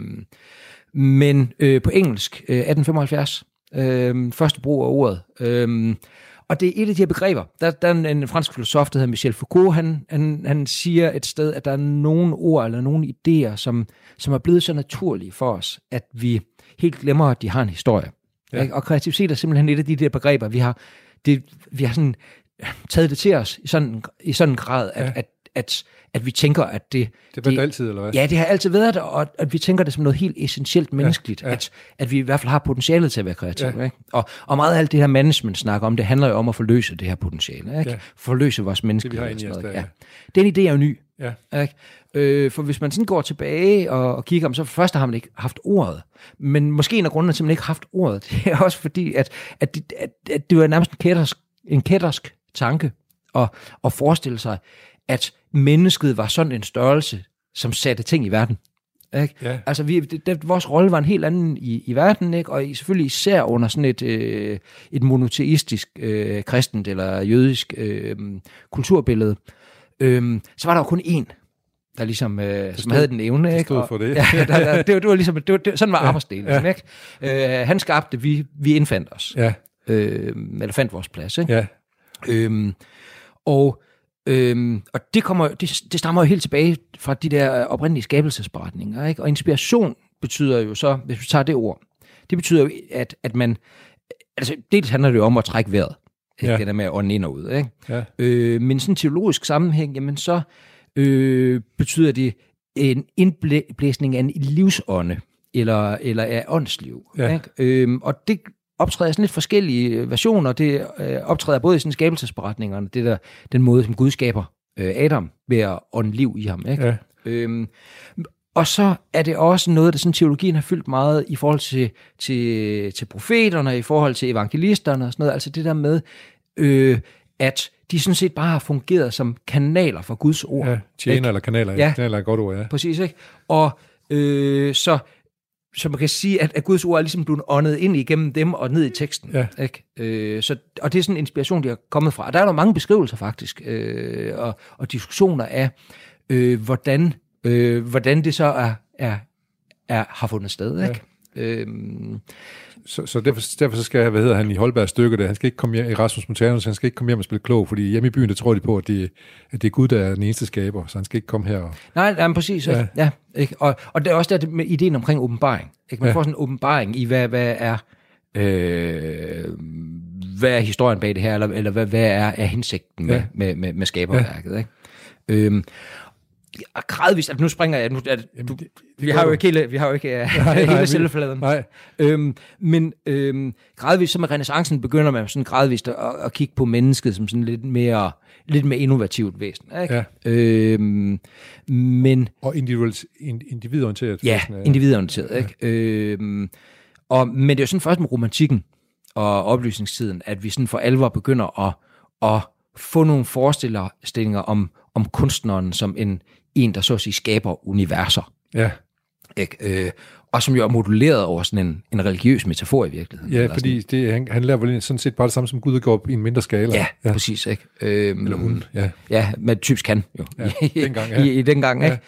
men på engelsk 1875 første brug af ordet. Og det er et af de her begreber. Der er en fransk filosof, der hedder Michel Foucault, han siger et sted, at der er nogle ord eller nogle idéer, som er blevet så naturlige for os, at vi helt glemmer, at de har en historie. Ja. Og kreativitet er simpelthen et af de der begreber, vi har sådan taget det til os i sådan en grad, at vi tænker, at det har altid, eller hvad? Ja, det har altid været der, og at vi tænker det som noget helt essentielt menneskeligt, at vi i hvert fald har potentialet til at være kreative. Ikke? Og meget af alt det her management snakker om, det handler jo om at forløse det her potentiale, ikke? Forløse vores menneskelighed. Den idé er jo ny. Ikke? For hvis man sådan går tilbage og kigger, så først har man ikke haft ordet, men måske en af grundene til, at man ikke har haft ordet, det er også fordi, at det var nærmest en kættersk tanke at forestille sig, at mennesket var sådan en størrelse, som satte ting i verden. Ikke? Ja. Altså, vores rolle var en helt anden i verden, ikke? Og selvfølgelig især under sådan et monoteistisk kristent eller jødisk kulturbillede. Så var der jo kun én, der ligesom som havde den evne. Ikke? Stod for det. Det var ligesom, sådan var arbejdsdelen. Ikke? Han skabte, vi indfandt os. Ja. Eller fandt vores plads. Ikke? Ja. Og det stammer jo helt tilbage fra de der oprindelige skabelsesberetninger, ikke? Og inspiration betyder jo så, hvis vi tager det ord, det betyder jo, at man, altså dels handler det jo om at trække vejret, ikke? Det der med at ånde ind og ud, ikke? Ja. Men sådan en teologisk sammenhæng, jamen så betyder det en indblæsning af en livsånde, eller af åndsliv, ikke? Og det optræder sådan lidt forskellige versioner. Det optræder både i sådan skabelsesberetningerne, den måde, som Gud skaber Adam ved at ånde liv i ham. Ikke? Ja. Og så er det også noget, der sådan teologien har fyldt meget i forhold til profeterne, i forhold til evangelisterne og sådan noget. Altså det der med, at de sådan set bare har fungeret som kanaler for Guds ord. Ja, tjener eller kanaler. Ja, kanaler er et godt ord, ja. Præcis, ikke? Og så man kan sige, at Guds ord er ligesom blevet åndet ind igennem dem og ned i teksten. Ja. Ikke? Og det er sådan en inspiration, de har kommet fra. Og der er der mange beskrivelser faktisk, og diskussioner af, hvordan det så har fundet sted. Ikke? Ja. Så derfor så skal, han i Holbergs stykke, der han skal ikke komme hjem, Erasmus Montanus, han skal ikke komme hjem og spille klog, fordi hjemme i byen, der tror de på, at det er Gud, der er den eneste skaber, så han skal ikke komme her. Nej, men præcis. Ja, ikke? Og det er også der med ideen omkring åbenbaring. Ikke? Man får sådan en åbenbaring i, hvad er historien bag det her, eller hvad er hensigten med skaberværket. Ikke? Gradvist, altså nu springer jeg, vi har jo ikke hele selvfladen. Men gradvist, så med renæssancen begynder man sådan gradvist at kigge på mennesket som sådan lidt mere innovativt væsen. Ikke? Ja. Men og individorienteret. Ja, individorienteret. Ikke? Men det er jo sådan først med romantikken og oplysningstiden, at vi sådan for alvor begynder at få nogle forestillinger om kunstneren som en, der så at sige skaber universer. Ja. Og som jo er moduleret over sådan en religiøs metafor i virkeligheden. Ja, fordi han lærer vel sådan set bare det samme, som Gud gjorde i en mindre skala. Ja, præcis. Ikke? Eller hun, ja. Ja, men typisk han jo. Ja, dengang, ja. I dengang, ikke?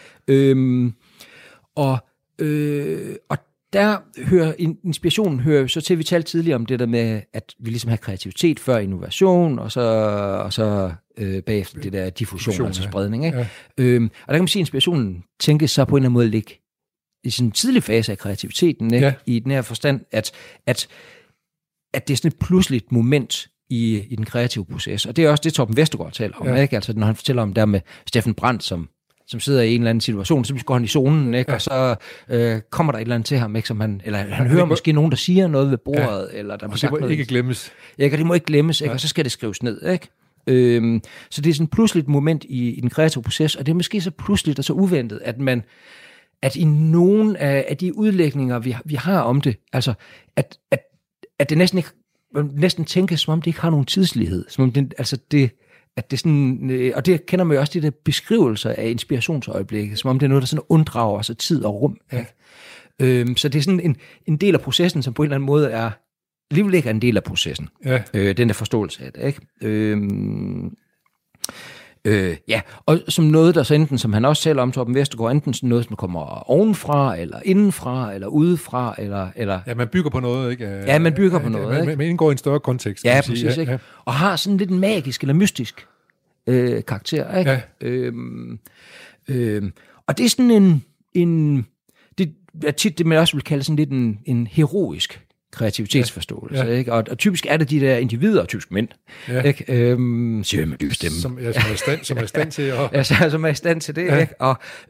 Og der inspirationen hører så til, vi talte tidligere om det der med, at vi ligesom har kreativitet før innovation, og så bagefter det der diffusion, altså spredning. Ikke? Ja. Og der kan man sige, at inspirationen tænkes så på en eller anden måde ligge i sådan en tidlig fase af kreativiteten, ikke? Ja. I den her forstand, at det er sådan et pludseligt moment i den kreative proces. Og det er også det, Torben Vestergaard taler om, ikke? Altså når han fortæller om der med Steffen Brandt, som sidder i en eller anden situation, så går han i zonen, ikke? Og så kommer der et eller andet til ham, ikke? Som han hører måske nogen, der siger noget ved bordet, eller der og det må ikke glemmes. Ja, det må ikke glemmes, ikke? Og så skal det skrives ned, ikke? Så det er sådan et pludseligt moment i den kreative proces, og det er måske så pludseligt og så uventet, at i nogle af de udlægninger, vi har om det, altså, at det næsten tænkes, som om det ikke har nogen tidslighed, som om det, altså det, at det sådan, og det kender man jo også, de der beskrivelser af inspirationsøjeblikket, som om det er noget, der sådan unddrager sig tid og rum. Ja. Så det er sådan en del af processen, som på en eller anden måde alligevel ikke er en del af processen. Ja. Den der forståelse af det, ikke? Ja, og som noget, der så enten, som han også taler om, Torben Vestergaard, enten sådan noget, som kommer ovenfra, eller indenfra, eller udefra, eller... Ja, man bygger på noget, ikke? Ja, man bygger på noget, ikke? Man indgår i en større kontekst, ja, præcis, ikke? Ja. Og har sådan lidt en magisk eller mystisk karakter, ikke? Ja. Og det er sådan det er tit det, man også vil kalde sådan lidt en heroisk kreativitetsforståelse, ikke? Og typisk er det de der individer, typisk mænd, ikke? Siger jeg med dyb stemme. Som er i stand til at... Ja, som er i stand til det, ikke?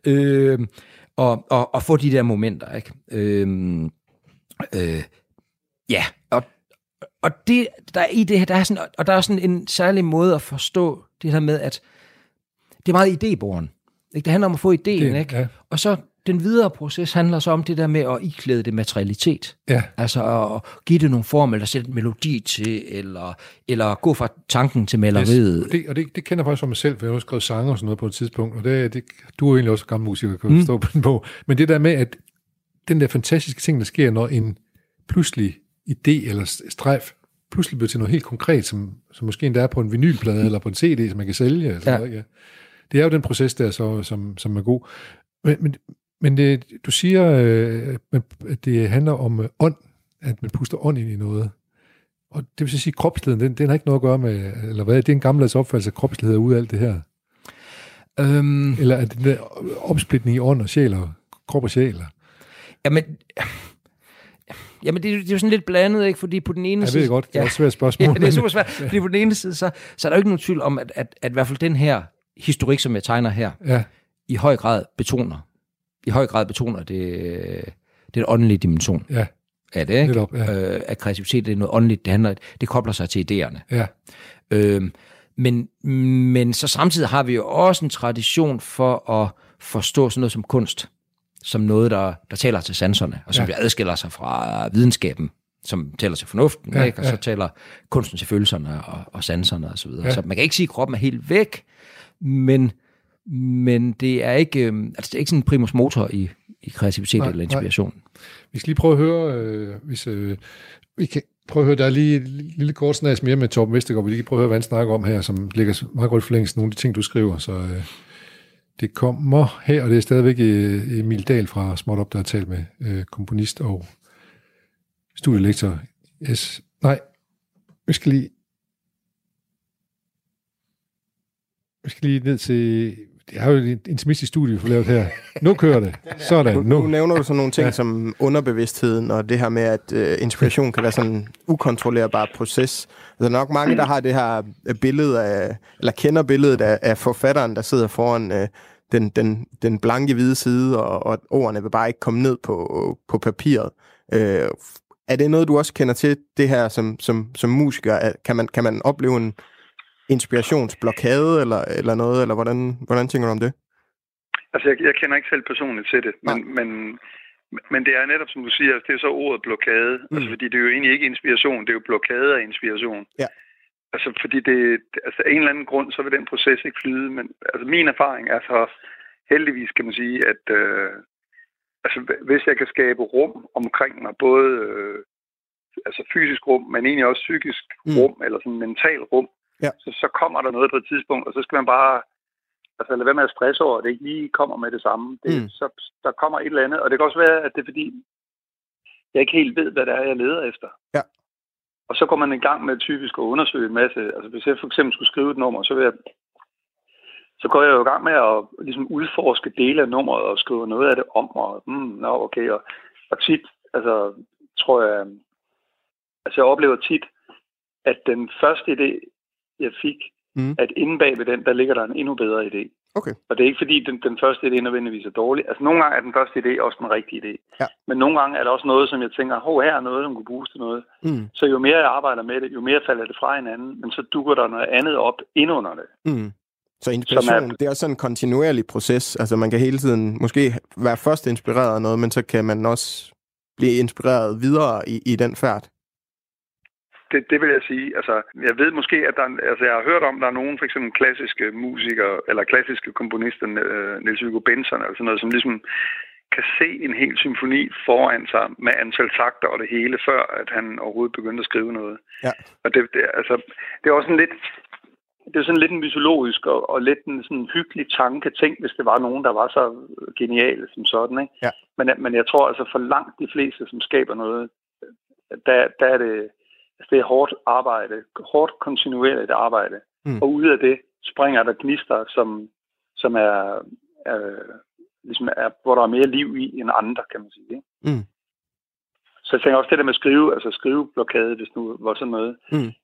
Og få de der momenter, ikke? Ja, og det, der er i det her, der er sådan, og der er sådan en særlig måde at forstå det her med, at det er meget idébåren, ikke? Det handler om at få idéen, ikke? Ja. Og så den videre proces handler så om det der med at iklæde det materialitet. Ja. Altså at give det nogle form, eller sætte en melodi til, eller gå fra tanken til maleriet. Yes. Og det kender jeg faktisk fra mig selv, for jeg har også skrevet sange og sådan noget på et tidspunkt, og du er jo egentlig også gammel musiker, kan stå på den på. Men det der med, at den der fantastiske ting, der sker, når en pludselig idé eller strejf pludselig bliver til noget helt konkret, som måske endda er på en vinylplade eller på en CD, som man kan sælge. Altså, ja. Det er jo den proces der, som er god. Men du siger, at det handler om ånd, at man puster ånd ind i noget. Og det vil sige, at kropsligheden, den har ikke noget at gøre med, eller hvad? Det er en gammeldags opfattelse, at kropslighed er ude af alt det her. Eller er den der opsplitning i ånd og sjæl og krop og sjæl? Jamen det er jo sådan lidt blandet, ikke? Fordi på den ene side... Jeg ved godt, det er et svært spørgsmål. Ja, det er super svært. Fordi på den ene side, så er der jo ikke nogen tvivl om, at i hvert fald den her historik, som jeg tegner her, i høj grad betoner det den åndelige dimension af det, ikke? Netop, at kreativitet, det er noget åndeligt, det kobler sig til idéerne. Ja. Men så samtidig har vi jo også en tradition for at forstå sådan noget som kunst, som noget, der taler til sanserne, og som adskiller sig fra videnskaben, som taler til fornuften, ikke? Og så taler kunsten til følelserne og sanserne og så videre. Så man kan ikke sige, at kroppen er helt væk, men det er ikke, det er ikke sådan en primus motor i kreativitet eller inspiration. Nej. Vi skal lige prøve at høre, vi kan prøve at høre, der er lige et lille kort snas mere med Torben Vestergaard, vi lige kan prøve at høre, hvad han snakker om her, som ligger meget godt i forlængelse af nogle af de ting, du skriver, så det kommer her, og det er stadigvæk Emil Dahl fra Småt Op, der har talt med komponist og studielektor. Vi skal lige ned til... Det er jo et intimistisk studie, vi får lavet her. Nu kører det. Sådan. Nu nævner du sådan nogle ting som underbevidstheden, og det her med, at inspiration kan være sådan en ukontrollerbar proces. Altså, der er nok mange, der har det her billede af, eller kender billedet af forfatteren, der sidder foran den blanke hvide side, og ordene vil bare ikke komme ned på papiret. Er det noget, du også kender til, det her som musiker? Kan man opleve en inspirationsblokade eller noget, eller hvordan tænker du om det? Altså, jeg kender ikke selv personligt til det, men det er netop, som du siger, det er så ordet blokade, altså, fordi det er jo egentlig ikke inspiration, det er jo blokade af inspiration. Ja. Altså, fordi altså, af en eller anden grund, så vil den proces ikke flyde, men altså, min erfaring er så heldigvis, kan man sige, at altså, hvis jeg kan skabe rum omkring mig, både altså fysisk rum, men egentlig også psykisk rum, eller sådan mental rum, så kommer der noget på et tidspunkt, og så skal man bare lade være med at stresse over, at det ikke lige kommer med det samme. Så der kommer et eller andet, og det kan også være, at det er fordi, jeg ikke helt ved, hvad det er, jeg leder efter. Ja. Og så går man i gang med typisk at undersøge en masse. Altså hvis jeg for eksempel skulle skrive et nummer, så går jeg jo i gang med at ligesom udforske dele af nummeret og skrive noget af det om, og okay. Og tit, tror jeg, jeg oplever tit, at den første idé, jeg fik, at inde bag ved den, der ligger der en endnu bedre idé. Okay. Og det er ikke fordi, den første idé nødvendigvis er dårlig. Altså nogle gange er den første idé også den rigtige idé. Ja. Men nogle gange er der også noget, som jeg tænker, her er noget, som kunne bruges til noget. Så jo mere jeg arbejder med det, jo mere falder det fra hinanden, men så dukker der noget andet op ind under det. Så inspiration, det er også sådan en kontinuerlig proces. Altså man kan hele tiden måske være først inspireret af noget, men så kan man også blive inspireret videre i den færd. Det vil jeg sige. Altså, jeg ved måske, at jeg har hørt om, at der er nogen, for eksempel klassiske musikere, eller klassiske komponister, Niels Viggo Bentzon, eller sådan noget, som ligesom kan se en hel symfoni foran sig med antal takter og det hele, før at han overhovedet begyndte at skrive noget. Ja. Og det er også sådan lidt... Det er sådan lidt en mytologisk og lidt en sådan hyggelig tanke-ting, hvis det var nogen, der var så geniale som sådan, ikke? Ja. Men jeg tror altså for langt de fleste, som skaber noget, der er det... Altså det er hårdt arbejde, hårdt kontinuerligt arbejde. Og ud af det springer der gnister, som er ligesom hvor der er mere liv i end andre, kan man sige. Ikke? Så jeg tænker også det der med skriveblokade, hvis nu var sådan noget.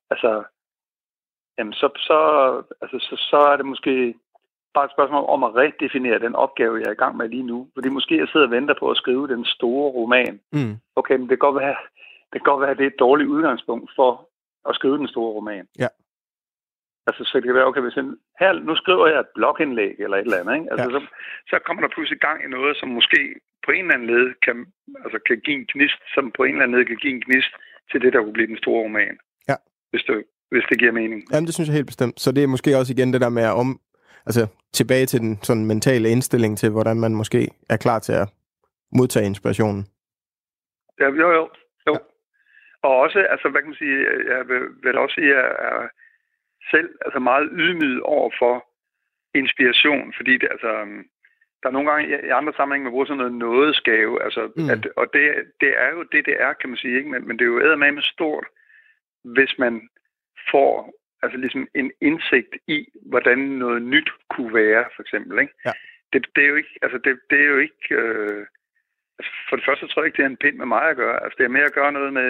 Så er det måske bare et spørgsmål om at redefinere den opgave, jeg er i gang med lige nu. Fordi måske jeg sidder og venter på at skrive den store roman. Okay, men det kan godt være, at det er et dårligt udgangspunkt for at skrive den store roman. Ja. Altså, så det kan være, okay, hvis nu skriver jeg et blogindlæg eller et eller andet, ikke? Altså, så kommer der pludselig gang i noget, som måske på en eller anden led kan give en gnist, som på en eller anden led kan give en gnist til det, der kunne blive den store roman. Ja. Hvis det giver mening. Jamen, det synes jeg helt bestemt. Så det er måske også igen det der med tilbage til den sådan mentale indstilling til, hvordan man måske er klar til at modtage inspirationen. Ja, jo. Og også, hvad kan man sige, jeg vil også sige, at jeg er selv meget ydmyget over for inspiration, fordi det, der er nogle gange i andre sammenhænge, man bruger sådan noget nådesgave, og det er jo det er, kan man sige, ikke? Men det er jo eddermame stort, hvis man får ligesom en indsigt i, hvordan noget nyt kunne være, for eksempel, ikke? Ja. Det er jo ikke, det er jo ikke... for det første tror jeg ikke, det er en pind med mig at gøre. Altså, det er mere at gøre noget med...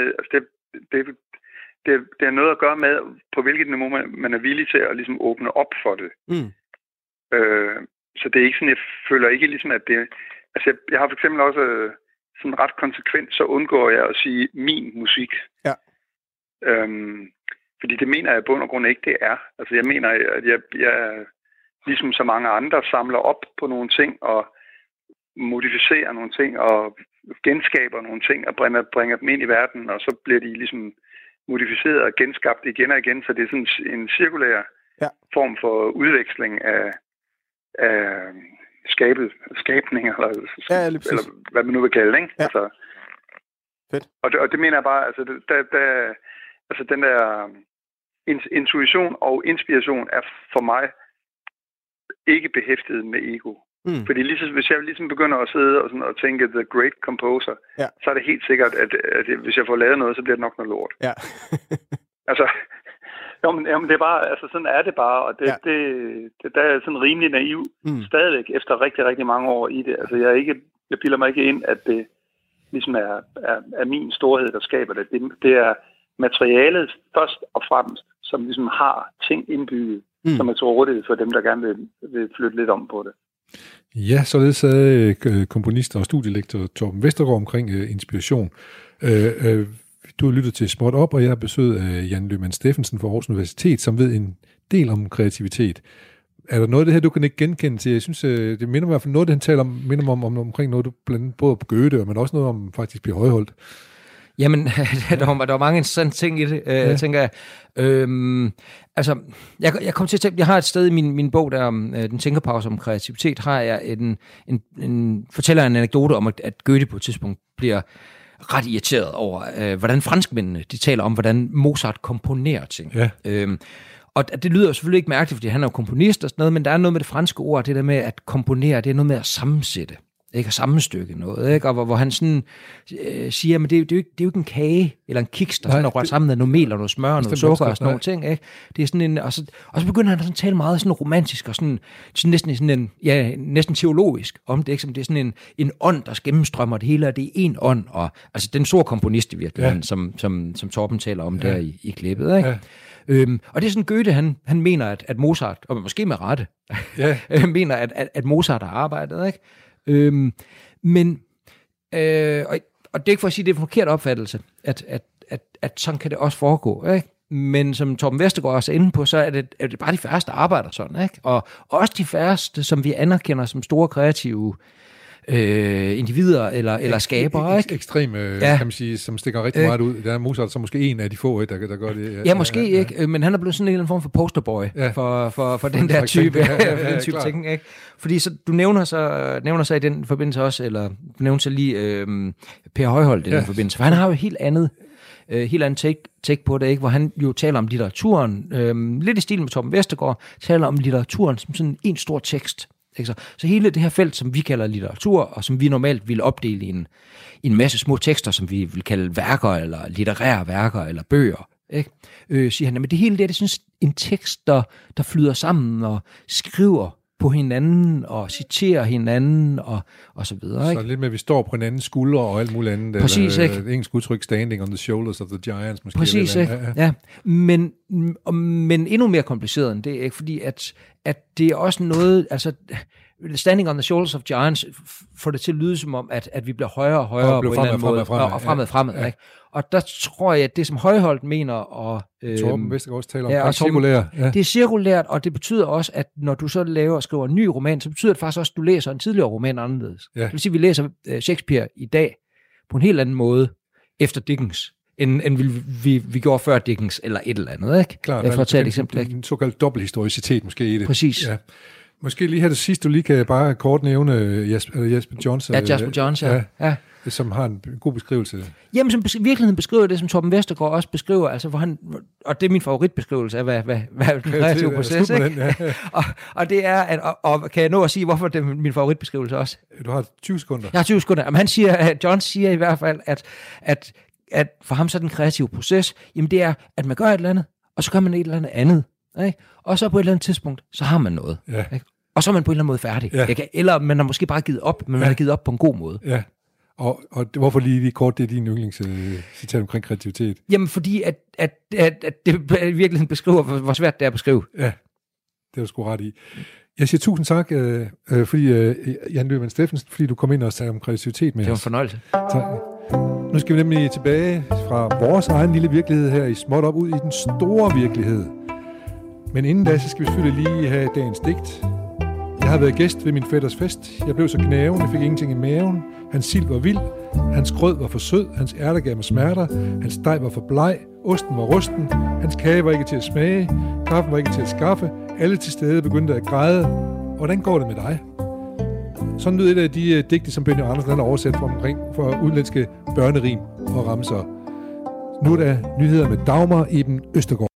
Det er noget at gøre med, på hvilket niveau man er villig til at ligesom åbne op for det. Så det er ikke sådan, jeg føler ikke ligesom, at det... Altså, jeg har for eksempel også sådan ret konsekvent, så undgår jeg at sige min musik. Ja. Fordi det mener jeg i bund og grund ikke, det er. Altså, jeg mener, at jeg ligesom så mange andre samler op på nogle ting, og modificerer nogle ting og genskaber nogle ting og bringer dem ind i verden, og så bliver de ligesom modificeret og genskabt igen og igen, så det er sådan en cirkulær form for udveksling af skabninger, eller hvad man nu vil kalde det, ikke? Ja. Altså, fedt. Og det mener jeg bare, altså, altså den der intuition og inspiration er for mig ikke behæftet med ego. Fordi hvis jeg ligesom begynder at sidde og tænke the great composer, så er det helt sikkert, at hvis jeg får lavet noget, så bliver det nok noget lort. Ja. Altså, jamen, det er bare, altså sådan er det bare, og der er sådan rimelig naiv stadigvæk efter rigtig, rigtig mange år i det. Altså, jeg bilder mig ikke ind, at det ligesom er min storhed, der skaber det. Det er materialet først og fremmest, som ligesom har ting indbygget, som er til rådighed for dem, der gerne vil flytte lidt om på det. Ja, således sagde komponist og studielektor Torben Vestergaard omkring inspiration. Du har lyttet til Småt Op, og jeg har besøgt Jan Løhmann Steffensen fra Aarhus Universitet, som ved en del om kreativitet. Er der noget af det her, du kan ikke genkende til? Jeg synes, det minder mig i hvert fald noget, det han taler om, minder mig omkring noget, du blandt både på Goethe, men også noget om faktisk Pia Højholt. Jamen, der var mange interessante ting i det, tænker jeg. Altså, jeg kom til at tænke, jeg har et sted i min bog, der om den tænkerpause om kreativitet, har jeg fortæller en anekdote om, at Goethe på et tidspunkt bliver ret irriteret over, hvordan franskmændene, de taler om, hvordan Mozart komponerer ting. Ja. Og det lyder selvfølgelig ikke mærkeligt, fordi han er jo komponist og sådan noget, men der er noget med det franske ord, det der med at komponere, det er noget med at sammensætte. Ikke at sammenstykke noget, ikke? Og hvor han sådan siger, men det er jo ikke en kage eller en kiks, der sådan er rørt sammen med noget mel og noget smør og noget sukker og sådan nogle ting, ikke? Det er sådan en, og så begynder han sådan at tale meget sådan romantisk og sådan næsten sådan næsten teologisk om det, ikke? Som det er sådan en ånd, der gennemstrømmer det hele, og det er en ånd, og altså den store komponist i virkeligheden, som Torben taler om der i klippet, ikke? Ja. Og det er sådan Goethe, han mener, at Mozart, og måske med rette, mener, at Mozart har arbejdet, ikke? Men og det er ikke for at sige, at det er en forkert opfattelse, at sådan kan det også foregå, ikke? Men som Torben Vestergaard også er inde på, så er det bare de færreste, der arbejder sådan, ikke? Og også de færreste, som vi anerkender som store kreative individer eller skabere, ikke? Ekstreme, kan man sige, som stikker rigtig meget ud. Der er Mozart så måske en af de få, der gør det. Ja, måske ikke, men han er blevet sådan en eller anden form for posterboy for den der type, ting, ikke? Fordi så, du nævner så i den forbindelse også, eller du nævner så lige Per Højholt i den forbindelse, for han har jo helt andet take på det, ikke? Hvor han jo taler om litteraturen, lidt i stil med Torben Vestergaard, taler om litteraturen som sådan en stor tekst. Ikke? Så hele det her felt, som vi kalder litteratur, og som vi normalt ville opdele i en masse små tekster, som vi vil kalde værker, eller litterære værker, eller bøger, ikke? Siger han, men det hele det er sådan en tekst, der flyder sammen og skriver på hinanden og citerer hinanden og så videre. Ikke? Så lidt med, at vi står på hinandens skuldre og alt muligt andet. Præcis, ikke? Engelsk udtryk, standing on the shoulders of the giants. Måske. Præcis, ikke? Ja. Men endnu mere kompliceret end det, ikke? Fordi at det er også noget, altså standing on the shoulders of giants får det til at lyde som om, at vi bliver højere og højere på en eller anden måde, og fremad. Ikke? Og der tror jeg, at det som Højholt mener, og Torben Vestergaard også taler om cirkulært. Ja. Det er cirkulært, og det betyder også, at når du så skriver en ny roman, så betyder det faktisk også, at du læser en tidligere roman anderledes. Ja. Det vil sige, at vi læser Shakespeare i dag på en helt anden måde efter Dickens, end vi gjorde før Dickens, eller et eller andet, ikke? Klart, for at tage et eksempel. En såkaldt dobbelthistoricitet måske i det. Præcis. Ja. Måske lige her det sidste, du lige kan bare kort nævne Jasper Johns. Ja, Jasper Johns, ja. Som har en god beskrivelse. Jamen, som virkeligheden beskriver det, som Torben Vestergaard også beskriver, altså hvor han, og det er min favoritbeskrivelse af, hvad den kreative proces, ikke? Og det er, og kan jeg nå at sige, hvorfor det er min favoritbeskrivelse også? Du har 20 sekunder. Jeg har 20 sekunder. Jamen, John siger i hvert fald, at for ham så er den kreative proces, jamen det er, at man gør et eller andet, og så gør man et eller andet, ikke? Og så på et eller andet tidspunkt, så har man noget, ikke? Og så er man på en eller anden måde færdig. Ja. Eller man har måske bare givet op, men man har givet op på en god måde. Ja. Og hvorfor lige kort, det er din yndlingscitat omkring kreativitet? Jamen, fordi at det i virkeligheden beskriver, hvor svært det er at beskrive. Ja, det er du sgu ret i. Jeg siger tusind tak, fordi Jan Løhmann Steffensen, fordi du kom ind og sagde om kreativitet med os. Det var en fornøjelse. Tak. Nu skal vi nemlig tilbage fra vores egen lille virkelighed her i Småt Op ud i den store virkelighed. Men inden da, så skal vi selvfølgelig lige have dagens digt. Jeg har været gæst ved min fætters fest. Jeg blev så gnaven, jeg fik ingenting i maven. Hans sild var vild, hans grød var for sød, hans ærter gav mig smerter, hans dej var for bleg, osten var rusten, hans kage var ikke til at smage, kaffen var ikke til at skaffe, alle til stede begyndte at græde. Hvordan går det med dig? Sådan lyder et af de digte, som Benny Andersen har oversat for udenlandske børnerim og ramser. Nu er der nyheder med Dagmar Eben Østergaard.